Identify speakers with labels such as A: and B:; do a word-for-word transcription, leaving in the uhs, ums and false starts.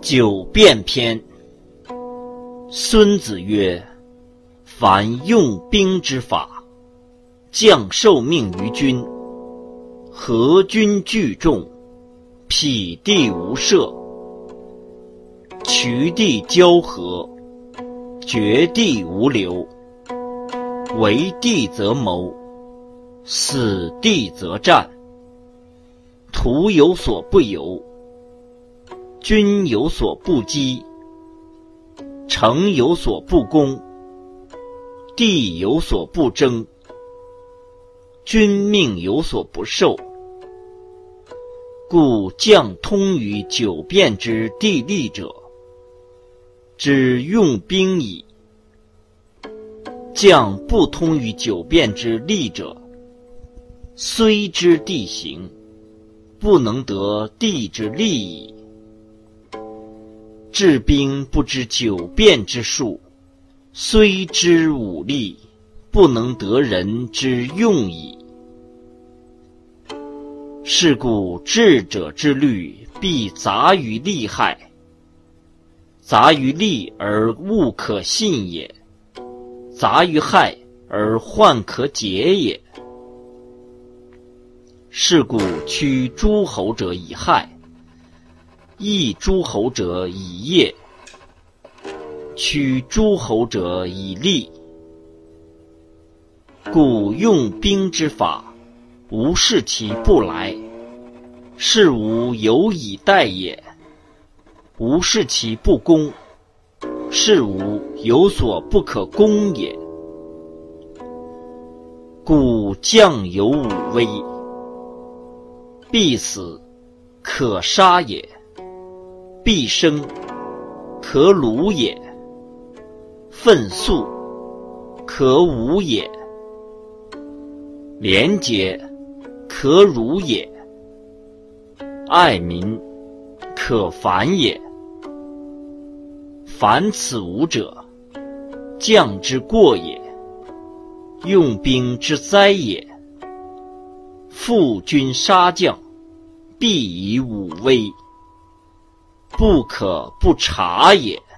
A: 九变篇。孙子曰：凡用兵之法，将受命于君，合军聚众，匹地无涉，渠地交合，绝地无流，为地则谋，死地则战。徒有所不由，军有所不击，城有所不攻，地有所不争，君命有所不受。故将通于九变之地利者，知用兵矣；将不通于九变之利者，虽知地形，不能得地之利矣。治兵不知九变之术，虽知武力，不能得人之用矣。是故智者之虑，必杂于利害，杂于利而物可信也，杂于害而患可解也。是故驱诸侯者以害，抑诸侯者以业，驱诸侯者以利。故用兵之法，无视其不来，是无有以待也；无视其不攻，是无有所不可攻也。故将有五威：必死，可杀也；必生，可虏也；愤速，可侮也；廉洁，可辱也；爱民，可烦也。凡此五者，将之过也，用兵之灾也。负君杀将，必以武威，不可不察也。